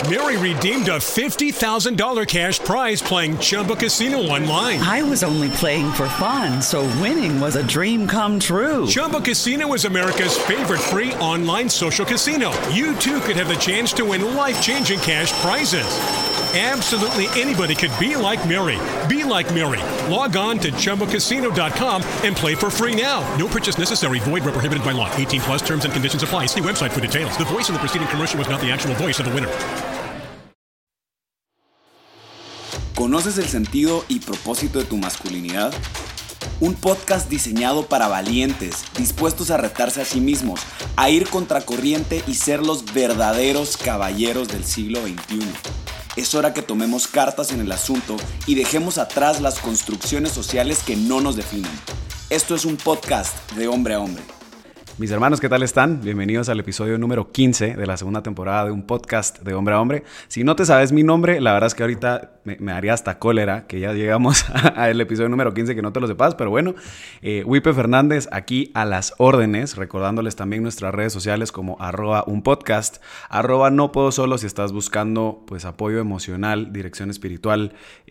Mary redeemed a $50,000 cash prize playing Chumba Casino online. I was only playing for fun, so winning was a dream come true. Chumba Casino is America's favorite free online social casino. You too could have the chance to win life-changing cash prizes. Absolutely anybody could be like Mary. Be like Mary. Log on to ChumbaCasino.com and play for free now. No purchase necessary. Void where prohibited by law. 18 plus terms and conditions apply. See website for details. The voice in the preceding commercial was not the actual voice of the winner. ¿Conoces el sentido y propósito de tu masculinidad? Un podcast diseñado para valientes, dispuestos a retarse a sí mismos, a ir contracorriente y ser los verdaderos caballeros del siglo XXI. Es hora que tomemos cartas en el asunto y dejemos atrás las construcciones sociales que no nos definen. Esto es un podcast de hombre a hombre. Mis hermanos, ¿qué tal están? Bienvenidos al episodio número 15 de la segunda temporada de un podcast de hombre a hombre. Si no te sabes mi nombre, la verdad es que ahorita me daría hasta cólera que ya llegamos al episodio número 15 que no te lo sepas, pero bueno, Wipe Fernández aquí a las órdenes, recordándoles también nuestras redes sociales como @unpodcast, @nopodosolo si estás buscando pues apoyo emocional, dirección espiritual,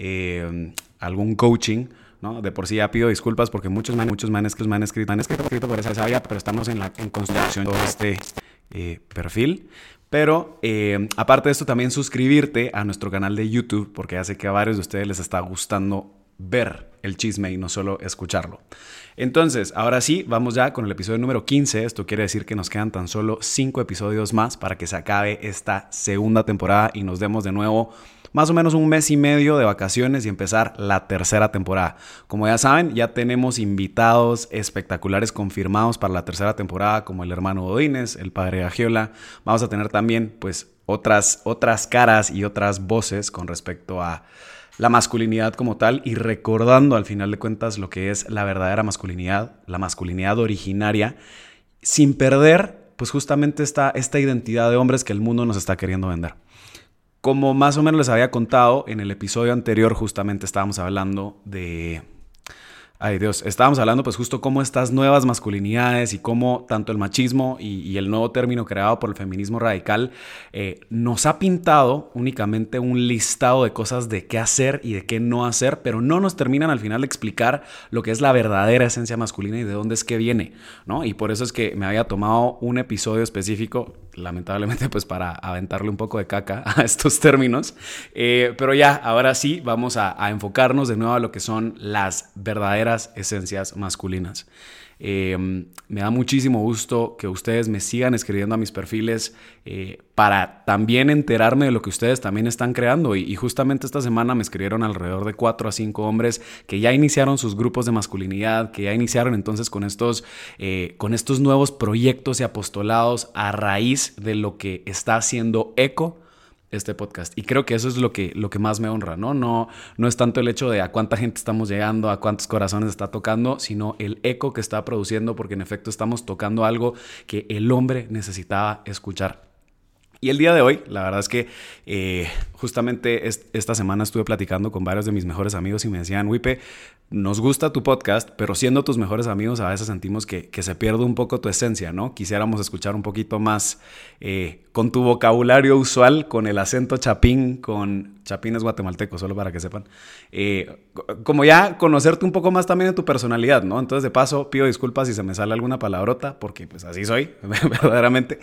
algún coaching, ¿no? De por sí ya pido disculpas porque muchos me han escrito por esa sabia, pero estamos en construcción de este perfil. Pero aparte de esto, también suscribirte a nuestro canal de YouTube, porque ya sé que a varios de ustedes les está gustando ver el chisme y no solo escucharlo. Entonces, ahora sí, vamos ya con el episodio número 15. Esto quiere decir que nos quedan tan solo 5 episodios más para que se acabe esta segunda temporada y nos demos de nuevo más o menos un mes y medio de vacaciones y empezar la tercera temporada. Como ya saben, ya tenemos invitados espectaculares confirmados para la tercera temporada, como el hermano Godínez, el padre Agiola. Vamos a tener también pues otras caras y otras voces con respecto a la masculinidad como tal y recordando al final de cuentas lo que es la verdadera masculinidad, la masculinidad originaria, sin perder pues justamente esta identidad de hombres que el mundo nos está queriendo vender. Como más o menos les había contado, en el episodio anterior justamente estábamos hablando de... estábamos hablando pues justo cómo estas nuevas masculinidades y cómo tanto el machismo y el nuevo término creado por el feminismo radical nos ha pintado únicamente un listado de cosas de qué hacer y de qué no hacer, pero no nos terminan al final de explicar lo que es la verdadera esencia masculina y de dónde es que viene, ¿no? Y por eso es que me había tomado un episodio específico, lamentablemente pues para aventarle un poco de caca a estos términos, pero ya, ahora sí vamos a enfocarnos de nuevo a lo que son las verdaderas esencias masculinas. Me da muchísimo gusto que ustedes me sigan escribiendo a mis perfiles para también enterarme de lo que ustedes también están creando y justamente esta semana me escribieron alrededor de 4 a 5 hombres que ya iniciaron sus grupos de masculinidad, que ya iniciaron entonces con estos nuevos proyectos y apostolados a raíz de lo que está haciendo eco este podcast. Y creo que eso es lo que más me honra, ¿no? No es tanto el hecho de a cuánta gente estamos llegando, a cuántos corazones está tocando, sino el eco que está produciendo, porque en efecto estamos tocando algo que el hombre necesitaba escuchar. Y el día de hoy, la verdad es que justamente esta semana estuve platicando con varios de mis mejores amigos y me decían, Wipe, nos gusta tu podcast, pero siendo tus mejores amigos a veces sentimos que se pierde un poco tu esencia, ¿no? Quisiéramos escuchar un poquito más con tu vocabulario usual, con el acento chapín, Chapín es guatemalteco, solo para que sepan. Como ya conocerte un poco más también de tu personalidad, ¿no? Entonces, de paso, pido disculpas si se me sale alguna palabrota, porque pues así soy, verdaderamente.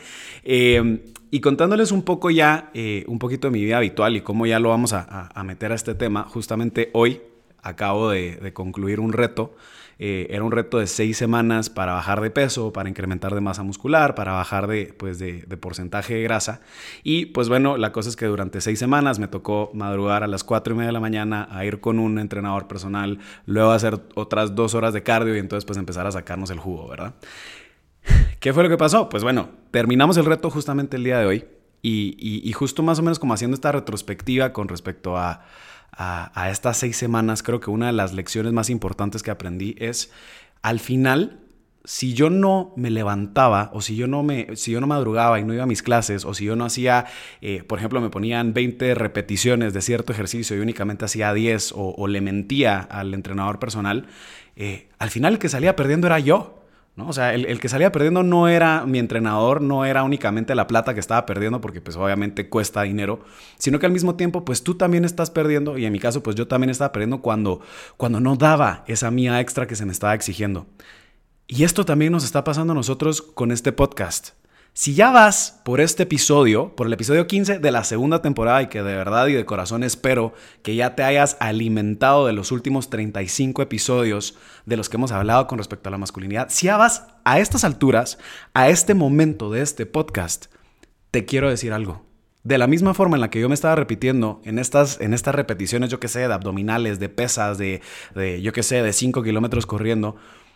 Y contándoles un poco ya, un poquito de mi vida habitual y cómo ya lo vamos a meter a este tema, justamente hoy acabo de concluir un reto. Era un reto de 6 semanas para bajar de peso, para incrementar de masa muscular, para bajar de porcentaje de grasa. Y pues bueno, la cosa es que durante 6 semanas me tocó madrugar a las 4:30 de la mañana a ir con un entrenador personal, luego hacer otras 2 horas de cardio y entonces pues empezar a sacarnos el jugo, ¿verdad? ¿Qué fue lo que pasó? Pues bueno, terminamos el reto justamente el día de hoy y justo más o menos como haciendo esta retrospectiva con respecto a estas 6 semanas, creo que una de las lecciones más importantes que aprendí es, al final, si yo no me levantaba o si yo no madrugaba y no iba a mis clases o si yo no hacía, por ejemplo, me ponían 20 repeticiones de cierto ejercicio y únicamente hacía 10 o le mentía al entrenador personal, al final el que salía perdiendo era yo. ¿no? O sea, el que salía perdiendo no era mi entrenador, no era únicamente la plata que estaba perdiendo, porque pues obviamente cuesta dinero, sino que al mismo tiempo pues tú también estás perdiendo, y en mi caso pues yo también estaba perdiendo cuando no daba esa mía extra que se me estaba exigiendo. Y esto también nos está pasando a nosotros con este podcast. Si ya vas por este episodio, por el episodio 15 de la segunda temporada, y que de verdad y de corazón espero que ya te hayas alimentado de los últimos 35 episodios de los que hemos hablado con respecto a la masculinidad, si ya vas a estas alturas, a este momento de este podcast, te quiero decir algo. De la misma forma en la que yo me estaba repitiendo en estas repeticiones, yo que sé, de abdominales, de pesas, de yo que sé, de 5 kilómetros corriendo,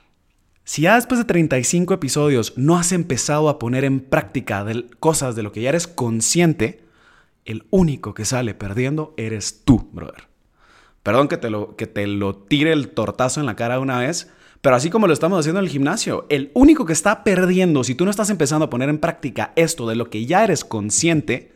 si ya después de 35 episodios no has empezado a poner en práctica cosas de lo que ya eres consciente, el único que sale perdiendo eres tú, brother. Perdón que te lo tire el tortazo en la cara de una vez, pero así como lo estamos haciendo en el gimnasio, el único que está perdiendo, si tú no estás empezando a poner en práctica esto de lo que ya eres consciente,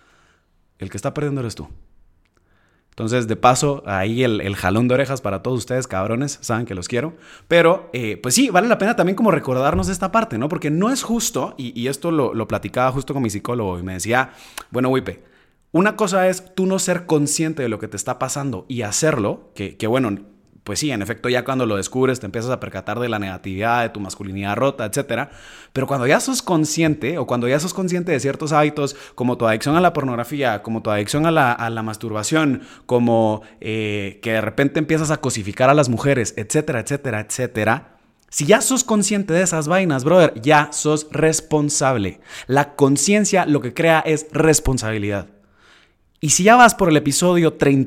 el que está perdiendo eres tú. Entonces, de paso, ahí el jalón de orejas para todos ustedes, cabrones, saben que los quiero. Pero, pues sí, vale la pena también como recordarnos esta parte, ¿no? Porque no es justo, y esto lo platicaba justo con mi psicólogo, y me decía, bueno, Wipe, una cosa es tú no ser consciente de lo que te está pasando y hacerlo, que bueno, pues sí, en efecto, ya cuando lo descubres te empiezas a percatar de la negatividad, de tu masculinidad rota, etc. Pero cuando ya sos consciente, o cuando ya sos consciente de ciertos hábitos, como tu adicción a la pornografía, como tu adicción a la masturbación, como que de repente empiezas a cosificar a las mujeres, etcétera, etcétera, etcétera. Si ya sos consciente de esas vainas, brother, ya sos responsable. La conciencia lo que crea es responsabilidad. Y si ya vas por el episodio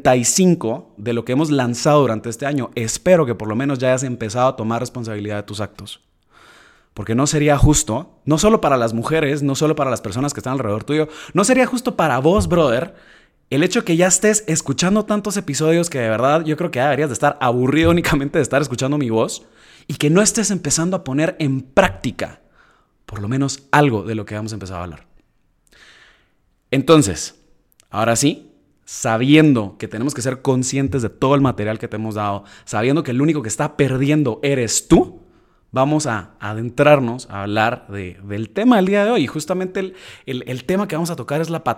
35 de lo que hemos lanzado durante este año, espero que por lo menos ya hayas empezado a tomar responsabilidad de tus actos. Porque no sería justo, no solo para las mujeres, no solo para las personas que están alrededor tuyo, no sería justo para vos, brother, el hecho que ya estés escuchando tantos episodios que de verdad yo creo que deberías de estar aburrido únicamente de estar escuchando mi voz y que no estés empezando a poner en práctica por lo menos algo de lo que hemos empezado a hablar. Entonces, ahora sí, sabiendo que tenemos que ser conscientes de todo el material que te hemos dado, sabiendo que el único que está perdiendo eres tú, vamos a adentrarnos a hablar del tema del día de hoy. Y justamente el tema que vamos a tocar es la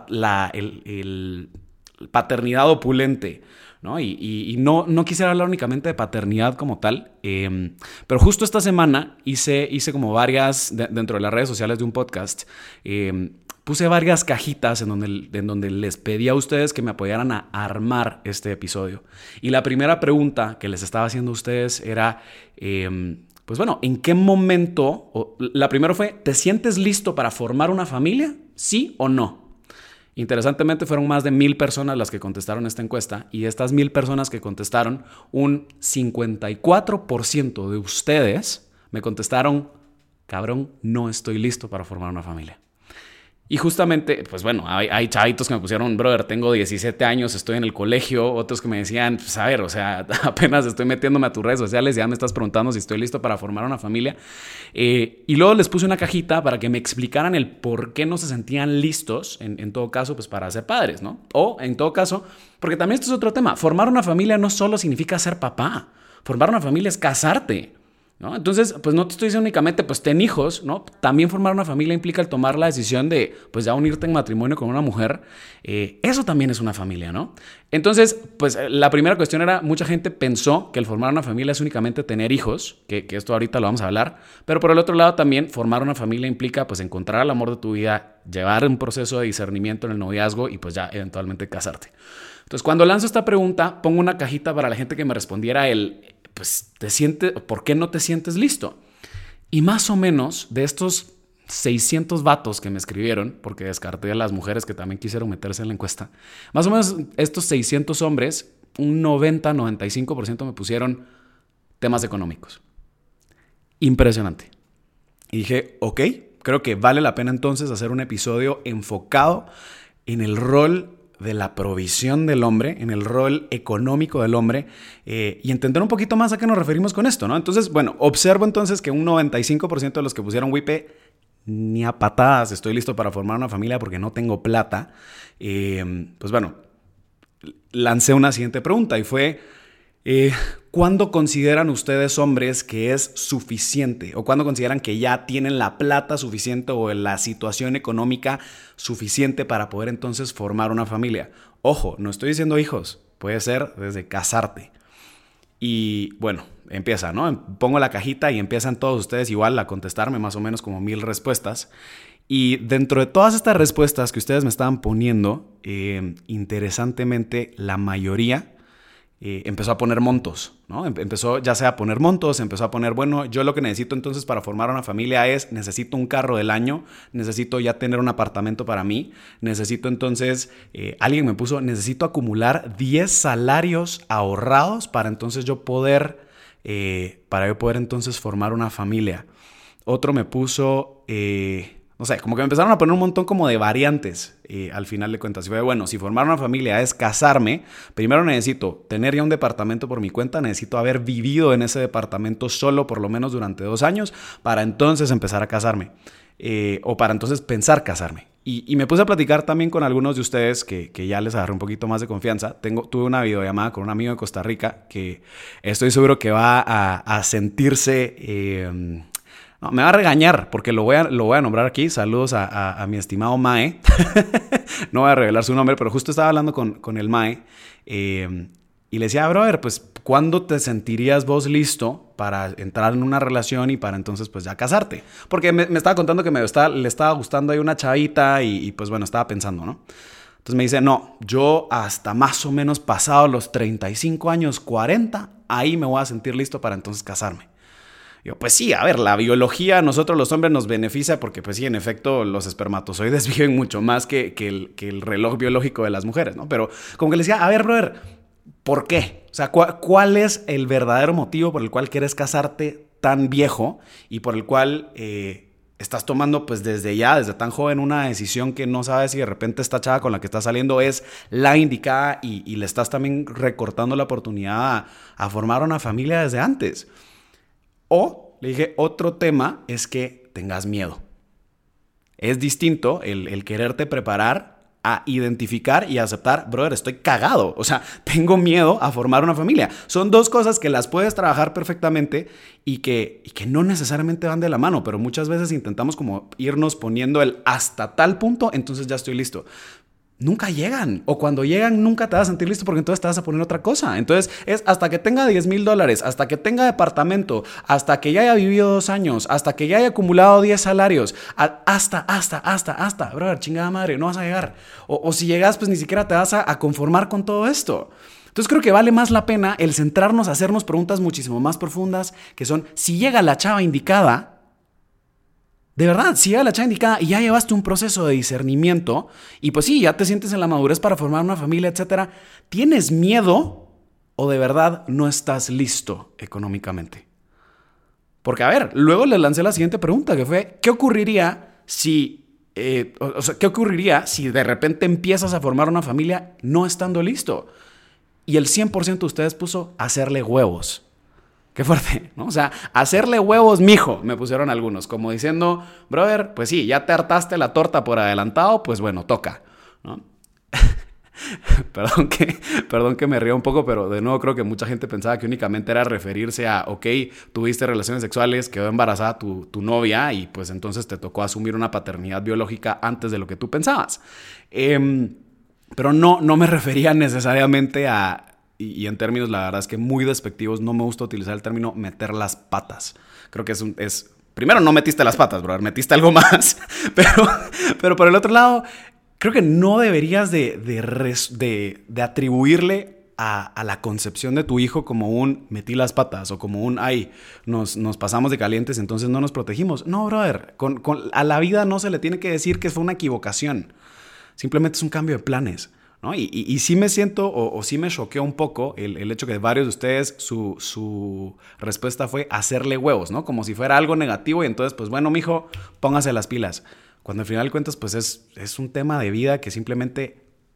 paternidad opulente, ¿no? Y no quisiera hablar únicamente de paternidad como tal, pero justo esta semana hice como varias, dentro de las redes sociales de un podcast, puse varias cajitas en donde les pedí a ustedes que me apoyaran a armar este episodio. Y la primera pregunta que les estaba haciendo a ustedes era, pues bueno, ¿en qué momento? La primera fue, ¿te sientes listo para formar una familia? ¿Sí o no? Interesantemente fueron más de 1,000 personas las que contestaron esta encuesta, y de estas 1,000 personas que contestaron, un 54% de ustedes me contestaron, cabrón, no estoy listo para formar una familia. Y justamente, pues bueno, hay chavitos que me pusieron, brother, tengo 17 años, estoy en el colegio. Otros que me decían, pues a ver, o sea, apenas estoy metiéndome a tus redes sociales y ya me estás preguntando si estoy listo para formar una familia. Y luego les puse una cajita para que me explicaran el por qué no se sentían listos, en todo caso, pues para ser padres, ¿no? O en todo caso, porque también esto es otro tema. Formar una familia no solo significa ser papá. Formar una familia es casarte, ¿no? Entonces, pues no te estoy diciendo únicamente, pues ten hijos, ¿no? También formar una familia implica el tomar la decisión de, pues ya unirte en matrimonio con una mujer. Eso también es una familia, ¿no? Entonces, pues la primera cuestión era, mucha gente pensó que el formar una familia es únicamente tener hijos, que esto ahorita lo vamos a hablar, pero por el otro lado también formar una familia implica, pues encontrar el amor de tu vida, llevar un proceso de discernimiento en el noviazgo y pues ya eventualmente casarte. Entonces, cuando lanzo esta pregunta, pongo una cajita para la gente que me respondiera pues, ¿por qué no te sientes listo? Y más o menos de estos 600 vatos que me escribieron, porque descarté a las mujeres que también quisieron meterse en la encuesta, más o menos estos 600 hombres, un 90-95% me pusieron temas económicos. Impresionante. Y dije, ok, creo que vale la pena entonces hacer un episodio enfocado en el rol de la provisión del hombre, en el rol económico del hombre, y entender un poquito más a qué nos referimos con esto, ¿no? Entonces, bueno, observo entonces que un 95% de los que pusieron Wipe, ni a patadas estoy listo para formar una familia porque no tengo plata. Pues bueno, lancé una siguiente pregunta y fue, ¿Cuándo consideran ustedes, hombres, que es suficiente? ¿O cuándo consideran que ya tienen la plata suficiente o la situación económica suficiente para poder entonces formar una familia? Ojo, no estoy diciendo hijos, puede ser desde casarte. Y bueno, empieza, ¿no? Pongo la cajita y empiezan todos ustedes igual a contestarme más o menos como 1000 respuestas. Y dentro de todas estas respuestas que ustedes me estaban poniendo, interesantemente la mayoría empezó a poner montos, ¿no? Empezó ya sea a poner montos, empezó a poner, bueno, yo lo que necesito entonces para formar una familia es, necesito un carro del año, necesito ya tener un apartamento para mí, necesito entonces, alguien me puso, necesito acumular 10 salarios ahorrados para entonces yo poder entonces formar una familia. Otro me puso, no sé, como que me empezaron a poner un montón como de variantes al final de cuentas. Y fue, bueno, si formar una familia es casarme, primero necesito tener ya un departamento por mi cuenta, necesito haber vivido en ese departamento solo por lo menos durante 2 años para entonces empezar a casarme. O para entonces pensar casarme. Y me puse a platicar también con algunos de ustedes que ya les agarré un poquito más de confianza. Tuve una videollamada con un amigo de Costa Rica que estoy seguro que va a sentirse... no, me va a regañar porque lo voy a nombrar aquí. Saludos a mi estimado Mae. No voy a revelar su nombre, pero justo estaba hablando con el Mae. Y le decía, brother, pues, ¿cuándo te sentirías vos listo para entrar en una relación y para entonces, pues, ya casarte? Porque me estaba contando que le estaba gustando ahí una chavita y pues, bueno, estaba pensando, ¿no? Entonces me dice, no, yo hasta más o menos pasado los 35 años, 40, ahí me voy a sentir listo para entonces casarme. Yo, pues sí, a ver, la biología a nosotros los hombres nos beneficia porque pues sí, en efecto, los espermatozoides viven mucho más que el reloj biológico de las mujeres, ¿no? Pero como que le decía, a ver, brother, ¿por qué? O sea, ¿cuál es el verdadero motivo por el cual quieres casarte tan viejo y por el cual estás tomando pues desde tan joven una decisión que no sabes si de repente esta chava con la que estás saliendo es la indicada y le estás también recortando la oportunidad a formar una familia desde antes? O, le dije, otro tema es que tengas miedo. Es distinto el quererte preparar a identificar y aceptar, brother, estoy cagado. O sea, tengo miedo a formar una familia. Son dos cosas que las puedes trabajar perfectamente y que no necesariamente van de la mano, pero muchas veces intentamos como irnos poniendo el hasta tal punto, entonces ya estoy listo. Nunca llegan, o cuando llegan nunca te vas a sentir listo porque entonces te vas a poner otra cosa. Entonces es hasta que tenga $10,000, hasta que tenga departamento, hasta que ya haya vivido 2 años, hasta que ya haya acumulado 10 salarios, hasta, brother, chingada madre, no vas a llegar. O si llegas, pues ni siquiera te vas a conformar con todo esto. Entonces creo que vale más la pena el centrarnos a hacernos preguntas muchísimo más profundas, que son, si llega la chava indicada, de verdad, si llega la chava indicada y ya llevaste un proceso de discernimiento y pues sí, ya te sientes en la madurez para formar una familia, etcétera, ¿tienes miedo o de verdad no estás listo económicamente? Porque, a ver, luego le lancé la siguiente pregunta, que fue, ¿qué ocurriría si de repente empiezas a formar una familia no estando listo? Y el 100% de ustedes puso hacerle huevos. Qué fuerte, ¿no? O sea, hacerle huevos, mijo, me pusieron algunos, como diciendo, brother, pues sí, ya te hartaste la torta por adelantado, pues bueno, toca, ¿no? Perdón que me ría un poco, pero de nuevo creo que mucha gente pensaba que únicamente era referirse a, ok, tuviste relaciones sexuales, quedó embarazada tu novia y pues entonces te tocó asumir una paternidad biológica antes de lo que tú pensabas. Pero no me refería necesariamente a... Y en términos, la verdad es que muy despectivos, no me gusta utilizar el término meter las patas. Creo que es primero, no metiste las patas, brother, metiste algo más. Pero por el otro lado, creo que no deberías de atribuirle a la concepción de tu hijo como un metí las patas o como un ay, nos pasamos de calientes, entonces no nos protegimos. No, brother, a la vida no se le tiene que decir que fue una equivocación. Simplemente es un cambio de planes, ¿no? Y sí me siento o sí me choqueó un poco el hecho que varios de ustedes su respuesta fue hacerle huevos, ¿no? Como si fuera algo negativo y entonces, pues bueno, mijo, póngase las pilas. Cuando al final de cuentas, pues es un tema de vida que simplemente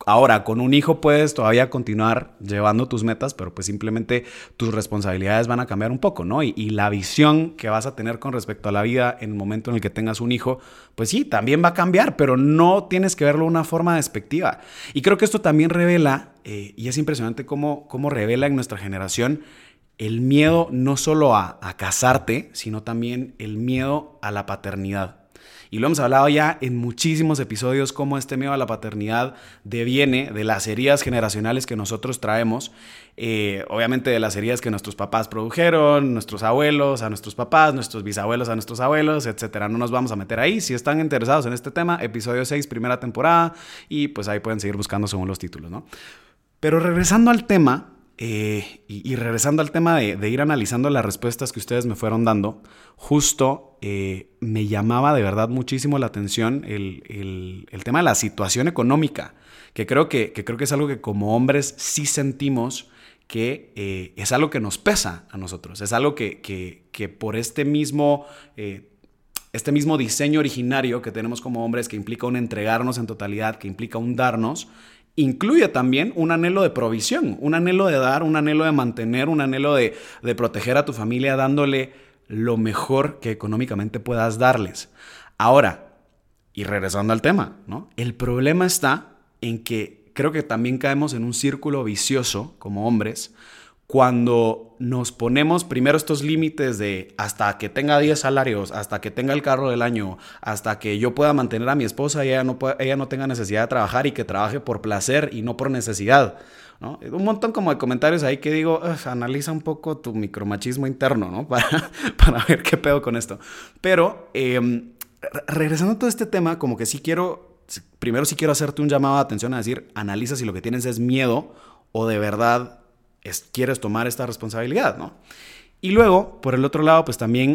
Ahora, con un hijo puedes todavía continuar llevando tus metas, pero pues simplemente tus responsabilidades van a cambiar un poco, ¿no? Y la visión que vas a tener con respecto a la vida en el momento en el que tengas un hijo, pues sí, también va a cambiar, pero no tienes que verlo de una forma despectiva. Y creo que esto también revela, y es impresionante cómo revela en nuestra generación el miedo no solo a casarte, sino también el miedo a la paternidad. Y lo hemos hablado ya en muchísimos episodios, cómo este miedo a la paternidad deviene de las heridas generacionales que nosotros traemos, obviamente de las heridas que nuestros papás produjeron, nuestros abuelos a nuestros papás, nuestros bisabuelos a nuestros abuelos, etc. No nos vamos a meter ahí. Si están interesados en este tema, episodio 6, primera temporada, y pues ahí pueden seguir buscando según los títulos, ¿no? Pero regresando al tema, y regresando al tema de ir analizando las respuestas que ustedes me fueron dando, justo me llamaba de verdad muchísimo la atención el tema de la situación económica, que creo que es algo que como hombres sí sentimos que es algo que nos pesa a nosotros, es algo que por este mismo diseño originario que tenemos como hombres, que implica un entregarnos en totalidad, que implica un darnos, incluye también un anhelo de provisión, un anhelo de dar, un anhelo de mantener, un anhelo de proteger a tu familia dándole lo mejor que económicamente puedas darles. Ahora, y regresando al tema, ¿no? El problema está en que creo que también caemos en un círculo vicioso como hombres cuando nos ponemos primero estos límites de hasta que tenga 10 salarios, hasta que tenga el carro del año, hasta que yo pueda mantener a mi esposa y ella no tenga necesidad de trabajar y que trabaje por placer y no por necesidad, ¿no? Un montón como de comentarios ahí que digo, analiza un poco tu micromachismo interno, ¿no? Para ver qué pedo con esto. Pero regresando a todo este tema, como que primero sí quiero hacerte un llamado de atención a decir, analiza si lo que tienes es miedo o de verdad quieres tomar esta responsabilidad, ¿no? Y luego, por el otro lado, pues también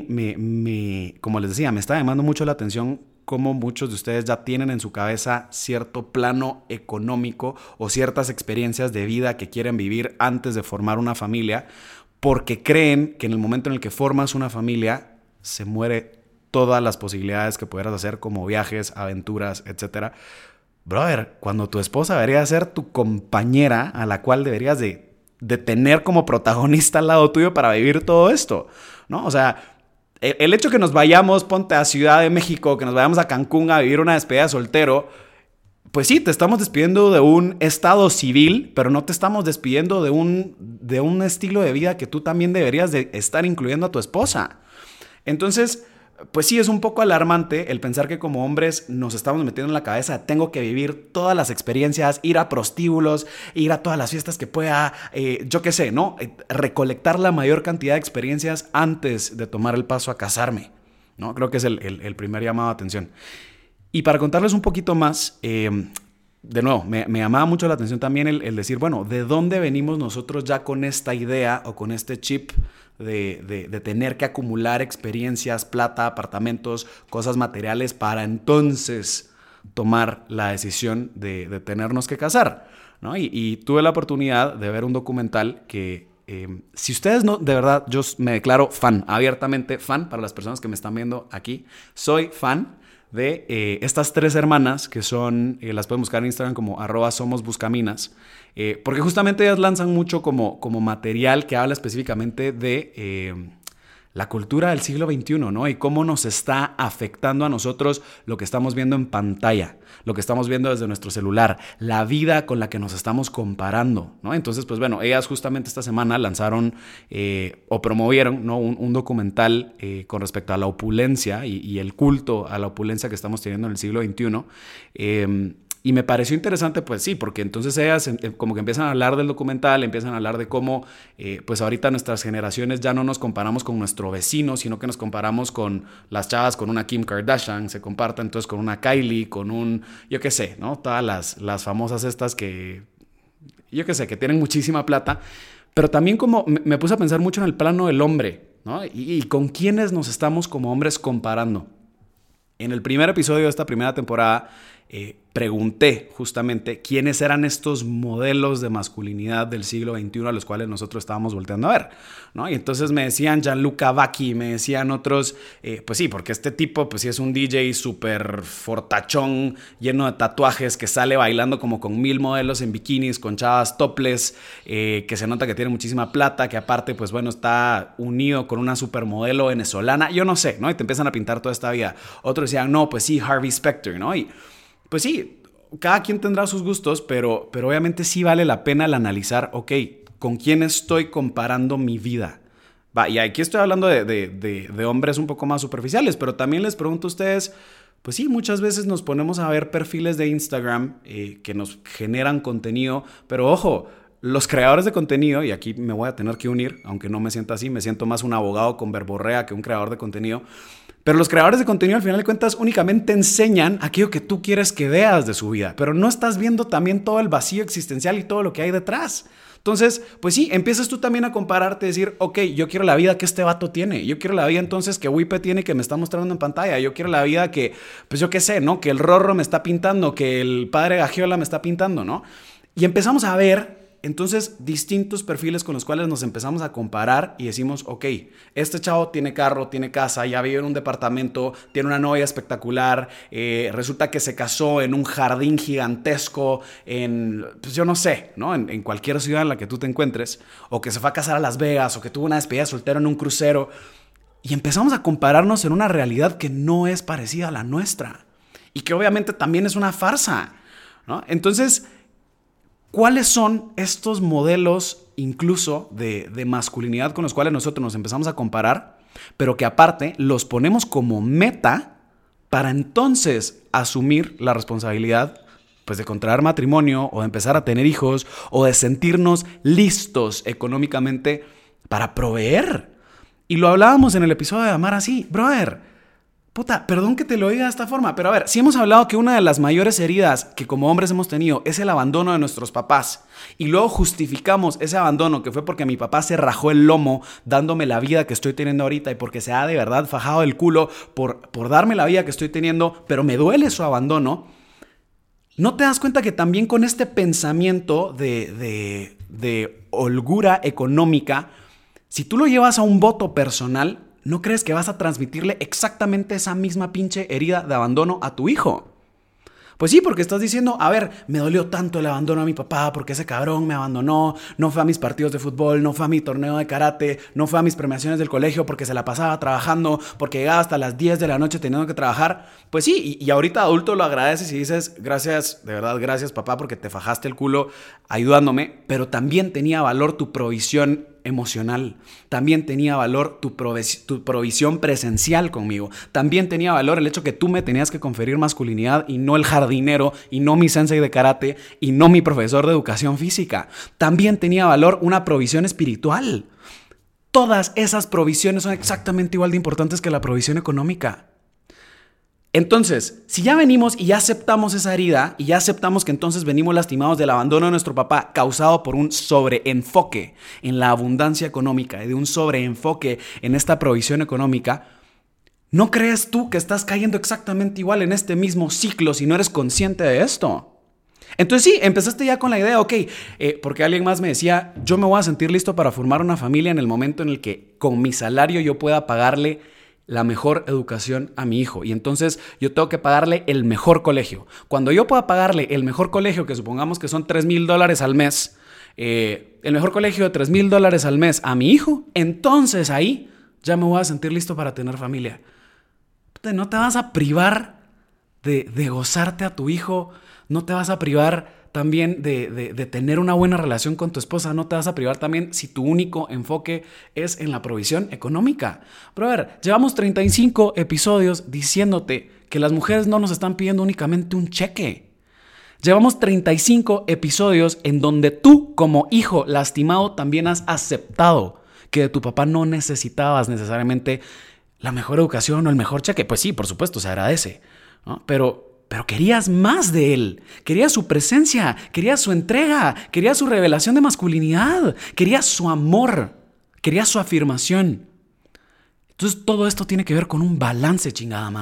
como les decía, me está llamando mucho la atención cómo muchos de ustedes ya tienen en su cabeza cierto plano económico o ciertas experiencias de vida que quieren vivir antes de formar una familia, porque creen que en el momento en el que formas una familia se muere todas las posibilidades que pudieras hacer, como viajes, aventuras, etcétera. Brother, cuando tu esposa debería ser tu compañera a la cual deberías de tener como protagonista al lado tuyo para vivir todo esto, ¿no? O sea, el hecho que nos vayamos, ponte a Ciudad de México, que nos vayamos a Cancún a vivir una despedida de soltero, pues sí, te estamos despidiendo de un estado civil, pero no te estamos despidiendo de un estilo de vida que tú también deberías de estar incluyendo a tu esposa. Entonces, pues sí, es un poco alarmante el pensar que como hombres nos estamos metiendo en la cabeza, tengo que vivir todas las experiencias, ir a prostíbulos, ir a todas las fiestas que pueda, yo qué sé, ¿no? Recolectar la mayor cantidad de experiencias antes de tomar el paso a casarme, ¿no? Creo que es el primer llamado de atención. Y para contarles un poquito más, de nuevo, me llamaba mucho la atención también el decir, bueno, ¿de dónde venimos nosotros ya con esta idea o con este chip de tener que acumular experiencias, plata, apartamentos, cosas materiales para entonces tomar la decisión de tenernos que casar, ¿no? Y tuve la oportunidad de ver un documental que, si ustedes no, de verdad, yo me declaro fan, abiertamente fan, para las personas que me están viendo aquí, soy fan de estas tres hermanas que son, las pueden buscar en Instagram como @somosbuscaminas, porque justamente ellas lanzan mucho como material que habla específicamente de la cultura del siglo XXI, ¿no? Y cómo nos está afectando a nosotros lo que estamos viendo en pantalla, lo que estamos viendo desde nuestro celular, la vida con la que nos estamos comparando, ¿no? Entonces, pues bueno, ellas justamente esta semana lanzaron o promovieron, ¿no? un documental con respecto a la opulencia y el culto a la opulencia que estamos teniendo en el siglo XXI. Y me pareció interesante, pues sí, porque entonces ellas como que empiezan a hablar del documental, empiezan a hablar de cómo pues ahorita nuestras generaciones ya no nos comparamos con nuestro vecino, sino que nos comparamos con las chavas, con una Kim Kardashian, se comparten entonces con una Kylie, con un, yo qué sé, ¿no? Todas las famosas estas que, yo qué sé, que tienen muchísima plata, pero también como me puse a pensar mucho en el plano del hombre, ¿no? Y con quiénes nos estamos como hombres comparando. En el primer episodio de esta primera temporada pregunté justamente quiénes eran estos modelos de masculinidad del siglo XXI a los cuales nosotros estábamos volteando a ver, ¿no? Y entonces me decían Gianluca Vacchi, me decían otros, pues sí, porque este tipo, pues sí es un DJ súper fortachón, lleno de tatuajes, que sale bailando como con 1000 modelos en bikinis, con chavas topless, que se nota que tiene muchísima plata, que aparte, pues bueno, está unido con una supermodelo venezolana, yo no sé, ¿no? Y te empiezan a pintar toda esta vida. Otros decían, no, pues sí, Harvey Specter, ¿no? Y pues sí, cada quien tendrá sus gustos, pero obviamente sí vale la pena el analizar, ok, ¿con quién estoy comparando mi vida? Va, y aquí estoy hablando de hombres un poco más superficiales, pero también les pregunto a ustedes, pues sí, muchas veces nos ponemos a ver perfiles de Instagram que nos generan contenido, pero ojo, los creadores de contenido, y aquí me voy a tener que unir, aunque no me siento así, me siento más un abogado con verborrea que un creador de contenido. Pero los creadores de contenido, al final de cuentas, únicamente enseñan aquello que tú quieres que veas de su vida, pero no estás viendo también todo el vacío existencial y todo lo que hay detrás. Entonces, pues sí, empiezas tú también a compararte, decir, ok, yo quiero la vida que este vato tiene, yo quiero la vida entonces que Wipe tiene, que me está mostrando en pantalla, yo quiero la vida que, pues yo qué sé, ¿no? Que el Rorro me está pintando, que el padre Gagiola me está pintando, ¿no? Y empezamos a ver entonces distintos perfiles con los cuales nos empezamos a comparar y decimos, ok, este chavo tiene carro, tiene casa, ya vive en un departamento, tiene una novia espectacular, resulta que se casó en un jardín gigantesco en, pues yo no sé, ¿no? En cualquier ciudad en la que tú te encuentres, o que se fue a casar a Las Vegas, o que tuvo una despedida de soltero en un crucero, y empezamos a compararnos en una realidad que no es parecida a la nuestra, y que obviamente también es una farsa, ¿no? Entonces, ¿cuáles son estos modelos incluso de masculinidad con los cuales nosotros nos empezamos a comparar, pero que aparte los ponemos como meta para entonces asumir la responsabilidad, pues, de contraer matrimonio o de empezar a tener hijos o de sentirnos listos económicamente para proveer? Y lo hablábamos en el episodio de Amar Así, brother. Puta, perdón que te lo diga de esta forma, pero a ver, si hemos hablado que una de las mayores heridas que como hombres hemos tenido es el abandono de nuestros papás, y luego justificamos ese abandono que fue porque mi papá se rajó el lomo dándome la vida que estoy teniendo ahorita y porque se ha de verdad fajado el culo por darme la vida que estoy teniendo, pero me duele su abandono, ¿no te das cuenta que también con este pensamiento de holgura económica, si tú lo llevas a un voto personal, ¿no crees que vas a transmitirle exactamente esa misma pinche herida de abandono a tu hijo? Pues sí, porque estás diciendo, a ver, me dolió tanto el abandono a mi papá porque ese cabrón me abandonó, no fue a mis partidos de fútbol, no fue a mi torneo de karate, no fue a mis premiaciones del colegio porque se la pasaba trabajando, porque llegaba hasta las 10 de la noche teniendo que trabajar. Pues sí, y ahorita adulto lo agradeces y dices, gracias, de verdad, gracias papá porque te fajaste el culo ayudándome, pero también tenía valor tu provisión emocional, también tenía valor tu provisión presencial conmigo, también tenía valor el hecho que tú me tenías que conferir masculinidad y no el jardinero y no mi sensei de karate y no mi profesor de educación física, también tenía valor una provisión espiritual. Todas esas provisiones son exactamente igual de importantes que la provisión económica. Entonces, si ya venimos y ya aceptamos esa herida y ya aceptamos que entonces venimos lastimados del abandono de nuestro papá causado por un sobreenfoque en la abundancia económica y de un sobreenfoque en esta provisión económica, ¿no crees tú que estás cayendo exactamente igual en este mismo ciclo si no eres consciente de esto? Entonces sí, empezaste ya con la idea, ok, porque alguien más me decía, yo me voy a sentir listo para formar una familia en el momento en el que con mi salario yo pueda pagarle la mejor educación a mi hijo y entonces yo tengo que pagarle el mejor colegio. Cuando yo pueda pagarle el mejor colegio, que supongamos que son $3,000 al mes, el mejor colegio de $3,000 al mes a mi hijo, entonces ahí ya me voy a sentir listo para tener familia. No te vas a privar de gozarte a tu hijo, no te vas a privar también de tener una buena relación con tu esposa, no te vas a privar también si tu único enfoque es en la provisión económica. Pero a ver, llevamos 35 episodios diciéndote que las mujeres no nos están pidiendo únicamente un cheque. Llevamos 35 episodios en donde tú como hijo lastimado también has aceptado que de tu papá no necesitabas necesariamente la mejor educación o el mejor cheque. Pues sí, por supuesto, se agradece, ¿no? Pero querías más de él, querías su presencia, querías su entrega, querías su revelación de masculinidad, querías su amor, querías su afirmación. Entonces todo esto tiene que ver con un balance, chingada madre.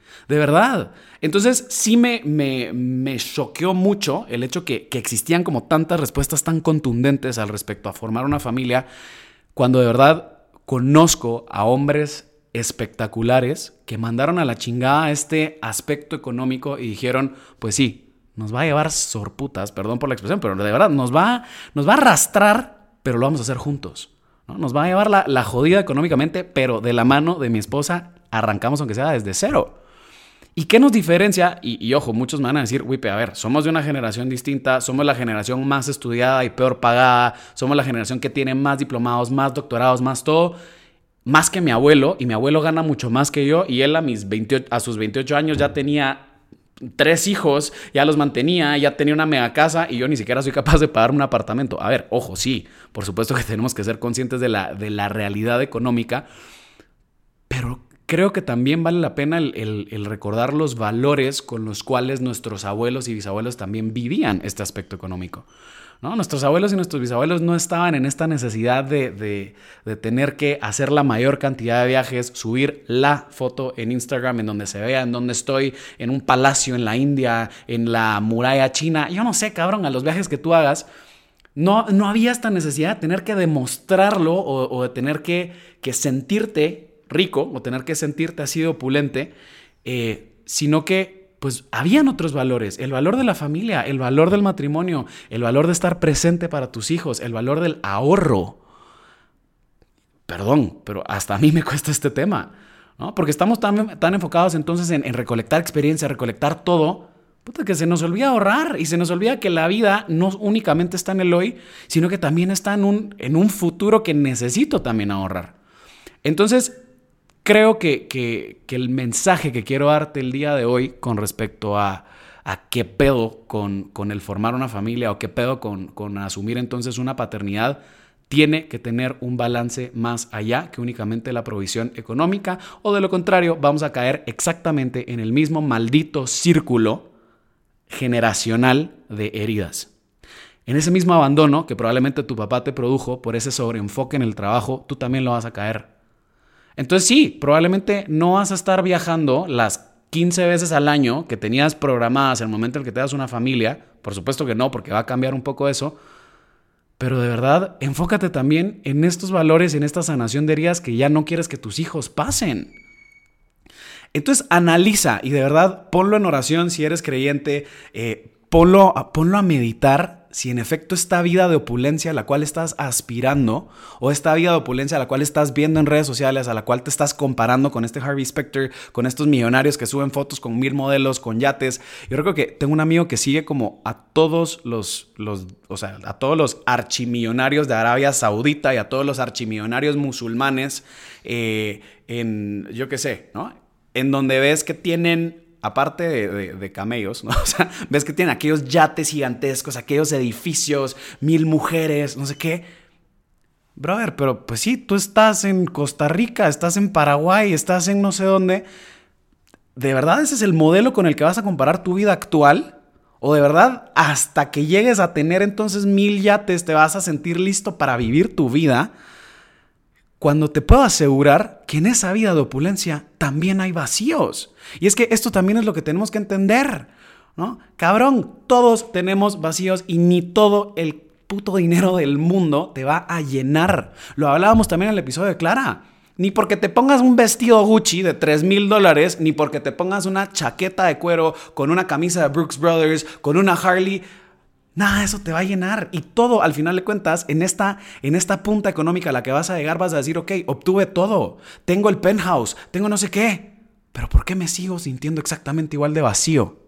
De verdad. Entonces sí me choqueó mucho el hecho que existían como tantas respuestas tan contundentes al respecto a formar una familia, cuando de verdad conozco a hombres espectaculares que mandaron a la chingada este aspecto económico y dijeron, pues sí, nos va a llevar sorputas, perdón por la expresión, pero de verdad nos va a arrastrar, pero lo vamos a hacer juntos, ¿no? Nos va a llevar la jodida económicamente, pero de la mano de mi esposa arrancamos aunque sea desde cero. ¿Y qué nos diferencia? Y ojo, muchos me van a decir, Wipe, a ver, somos de una generación distinta, somos la generación más estudiada y peor pagada, somos la generación que tiene más diplomados, más doctorados, más todo, más que mi abuelo, y mi abuelo gana mucho más que yo, y él a sus 28 años ya tenía 3 hijos, ya los mantenía, ya tenía una mega casa, y yo ni siquiera soy capaz de pagarme un apartamento. A ver, ojo, sí, por supuesto que tenemos que ser conscientes de la realidad económica, pero creo que también vale la pena el recordar los valores con los cuales nuestros abuelos y bisabuelos también vivían este aspecto económico, ¿no? Nuestros abuelos y nuestros bisabuelos no estaban en esta necesidad de tener que hacer la mayor cantidad de viajes, subir la foto en Instagram en donde se vea en donde estoy, en un palacio en la India, en la muralla china. Yo no sé, cabrón, a los viajes que tú hagas, no había esta necesidad de tener que demostrarlo o de tener que sentirte rico o tener que sentirte así de opulente, sino que pues habían otros valores, el valor de la familia, el valor del matrimonio, el valor de estar presente para tus hijos, el valor del ahorro. Perdón, pero hasta a mí me cuesta este tema, ¿no? Porque estamos tan enfocados entonces en recolectar experiencia, recolectar todo, que se nos olvida ahorrar y se nos olvida que la vida no únicamente está en el hoy, sino que también está en un futuro que necesito también ahorrar. Entonces, creo que el mensaje que quiero darte el día de hoy con respecto a qué pedo con el formar una familia o qué pedo con asumir entonces una paternidad, tiene que tener un balance más allá que únicamente la provisión económica, o de lo contrario vamos a caer exactamente en el mismo maldito círculo generacional de heridas. En ese mismo abandono que probablemente tu papá te produjo por ese sobreenfoque en el trabajo, tú también lo vas a caer. Entonces sí, probablemente no vas a estar viajando las 15 veces al año que tenías programadas en el momento en que te das una familia. Por supuesto que no, porque va a cambiar un poco eso. Pero de verdad, enfócate también en estos valores, en esta sanación de heridas que ya no quieres que tus hijos pasen. Entonces analiza y de verdad ponlo en oración si eres creyente, ponlo a meditar si en efecto esta vida de opulencia a la cual estás aspirando, o esta vida de opulencia a la cual estás viendo en redes sociales, a la cual te estás comparando con este Harvey Specter, con estos millonarios que suben fotos con 1000 modelos, con yates. Yo creo que tengo un amigo que sigue como a todos a todos los archimillonarios de Arabia Saudita y a todos los archimillonarios musulmanes, yo qué sé, ¿no? En donde ves que tienen, aparte de camellos, ¿no? O sea, ves que tienen aquellos yates gigantescos, aquellos edificios, 1000 mujeres, no sé qué. Brother, pero pues sí, tú estás en Costa Rica, estás en Paraguay, estás en no sé dónde. ¿De verdad ese es el modelo con el que vas a comparar tu vida actual? ¿O de verdad hasta que llegues a tener entonces 1000 yates te vas a sentir listo para vivir tu vida? Cuando te puedo asegurar que en esa vida de opulencia también hay vacíos. Y es que esto también es lo que tenemos que entender, ¿no? Cabrón, todos tenemos vacíos y ni todo el puto dinero del mundo te va a llenar. Lo hablábamos también en el episodio de Clara. Ni porque te pongas un vestido Gucci de $3,000, ni porque te pongas una chaqueta de cuero con una camisa de Brooks Brothers, con una Harley. Nada de eso te va a llenar. Y todo, al final de cuentas, en esta punta económica a la que vas a llegar, vas a decir, ok, obtuve todo. Tengo el penthouse, tengo no sé qué. Pero ¿por qué me sigo sintiendo exactamente igual de vacío?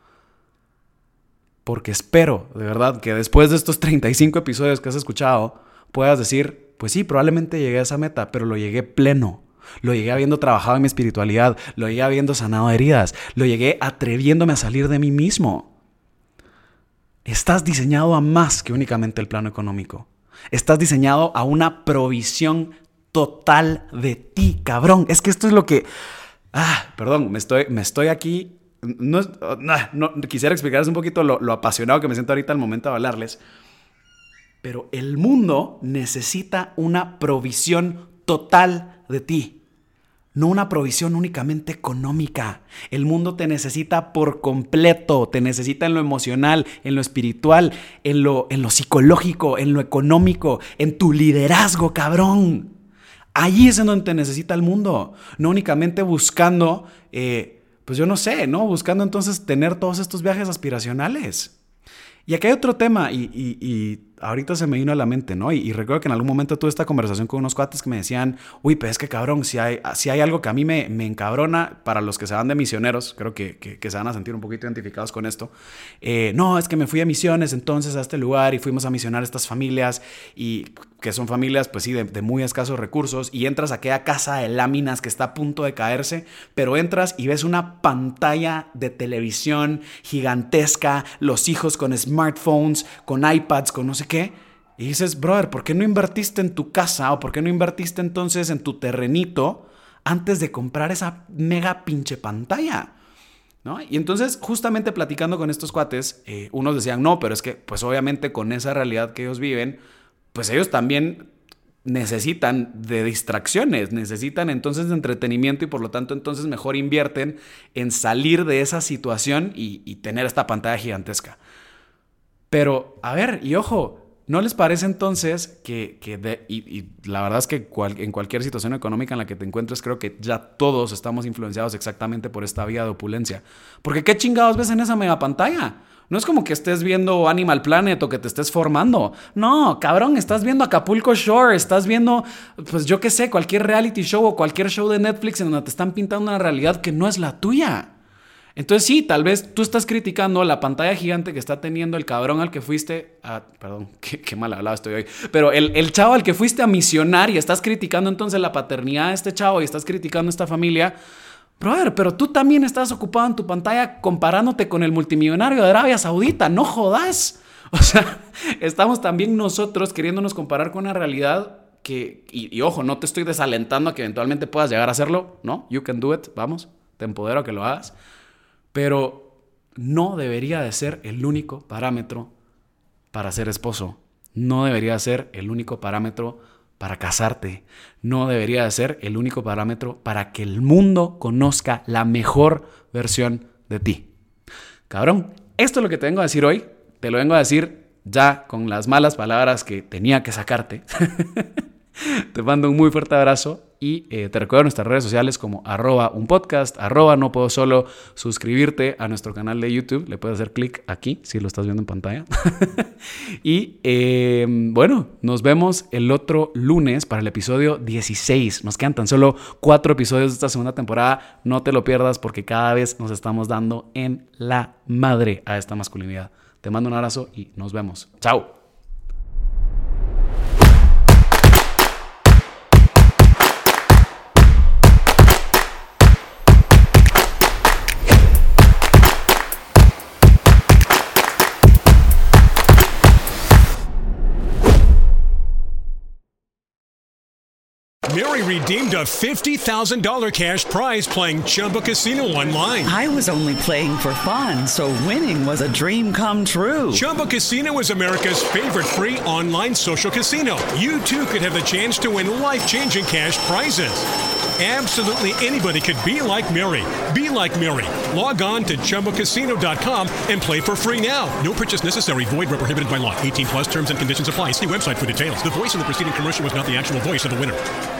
Porque espero, de verdad, que después de estos 35 episodios que has escuchado, puedas decir, pues sí, probablemente llegué a esa meta, pero lo llegué pleno. Lo llegué habiendo trabajado en mi espiritualidad, lo llegué habiendo sanado heridas, lo llegué atreviéndome a salir de mí mismo. Estás diseñado a más que únicamente el plano económico. Estás diseñado a una provisión total de ti, cabrón. Es que esto es lo que... perdón, me estoy aquí... No, quisiera explicarles un poquito lo apasionado que me siento ahorita al momento de hablarles. Pero el mundo necesita una provisión total de ti. no una provisión únicamente económica. El mundo te necesita por completo, te necesita en lo emocional, en lo espiritual, en lo psicológico, en lo económico, en tu liderazgo, cabrón. Allí es en donde te necesita el mundo, no únicamente buscando, pues yo no sé, ¿no? Buscando entonces tener todos estos viajes aspiracionales. Y aquí hay otro tema y ahorita se me vino a la mente, ¿no? Y recuerdo que en algún momento tuve esta conversación con unos cuates que me decían, uy, pero es que cabrón, si hay algo que a mí me encabrona, para los que se van de misioneros, creo que se van a sentir un poquito identificados con esto. No, es que me fui a misiones entonces a este lugar y fuimos a misionar a estas familias, y que son familias, pues sí, de muy escasos recursos, y entras a aquella casa de láminas que está a punto de caerse, pero entras y ves una pantalla de televisión gigantesca, los hijos con smartphones, con iPads, con no sé qué, y dices, brother, ¿por qué no invertiste en tu casa o por qué no invertiste entonces en tu terrenito antes de comprar esa mega pinche pantalla? ¿No? Y entonces, justamente platicando con estos cuates, unos decían, no, pero es que, pues obviamente con esa realidad que ellos viven, pues ellos también necesitan de distracciones, necesitan entonces de entretenimiento, y por lo tanto entonces mejor invierten en salir de esa situación y tener esta pantalla gigantesca. Pero, a ver, y ojo, ¿no les parece entonces y la verdad es que en cualquier situación económica en la que te encuentres, creo que ya todos estamos influenciados exactamente por esta vía de opulencia? Porque ¿qué chingados ves en esa mega pantalla? No es como que estés viendo Animal Planet o que te estés formando. No, cabrón, estás viendo Acapulco Shore, estás viendo, pues yo qué sé, cualquier reality show o cualquier show de Netflix en donde te están pintando una realidad que no es la tuya. Entonces sí, tal vez tú estás criticando la pantalla gigante que está teniendo el cabrón al que fuiste perdón, qué mal hablado estoy hoy, pero el chavo al que fuiste a misionar, y estás criticando entonces la paternidad de este chavo y estás criticando esta familia. Brother, pero tú también estás ocupado en tu pantalla comparándote con el multimillonario de Arabia Saudita, no jodas. O sea, estamos también nosotros queriéndonos comparar con una realidad y ojo, no te estoy desalentando a que eventualmente puedas llegar a hacerlo, ¿no? You can do it, vamos, te empodero a que lo hagas. Pero no debería de ser el único parámetro para ser esposo. No debería ser el único parámetro para casarte. No debería de ser el único parámetro para que el mundo conozca la mejor versión de ti. Cabrón, esto es lo que te vengo a decir hoy. Te lo vengo a decir ya con las malas palabras que tenía que sacarte. Te mando un muy fuerte abrazo y te recuerdo nuestras redes sociales como @unpodcast, @nopodosolo, suscribirte a nuestro canal de YouTube, le puedes hacer clic aquí si lo estás viendo en pantalla. Y bueno, nos vemos el otro lunes para el episodio 16. Nos quedan tan solo 4 episodios de esta segunda temporada, no te lo pierdas porque cada vez nos estamos dando en la madre a esta masculinidad. Te mando un abrazo y nos vemos. ¡Chao! Mary redeemed a $50,000 cash prize playing Chumba Casino online. I was only playing for fun, so winning was a dream come true. Chumba Casino is America's favorite free online social casino. You too could have the chance to win life-changing cash prizes. Absolutely anybody could be like Mary. Be like Mary. Log on to ChumbaCasino.com and play for free now. No purchase necessary. Void where prohibited by law. 18+ terms and conditions apply. See website for details. The voice in the preceding commercial was not the actual voice of the winner.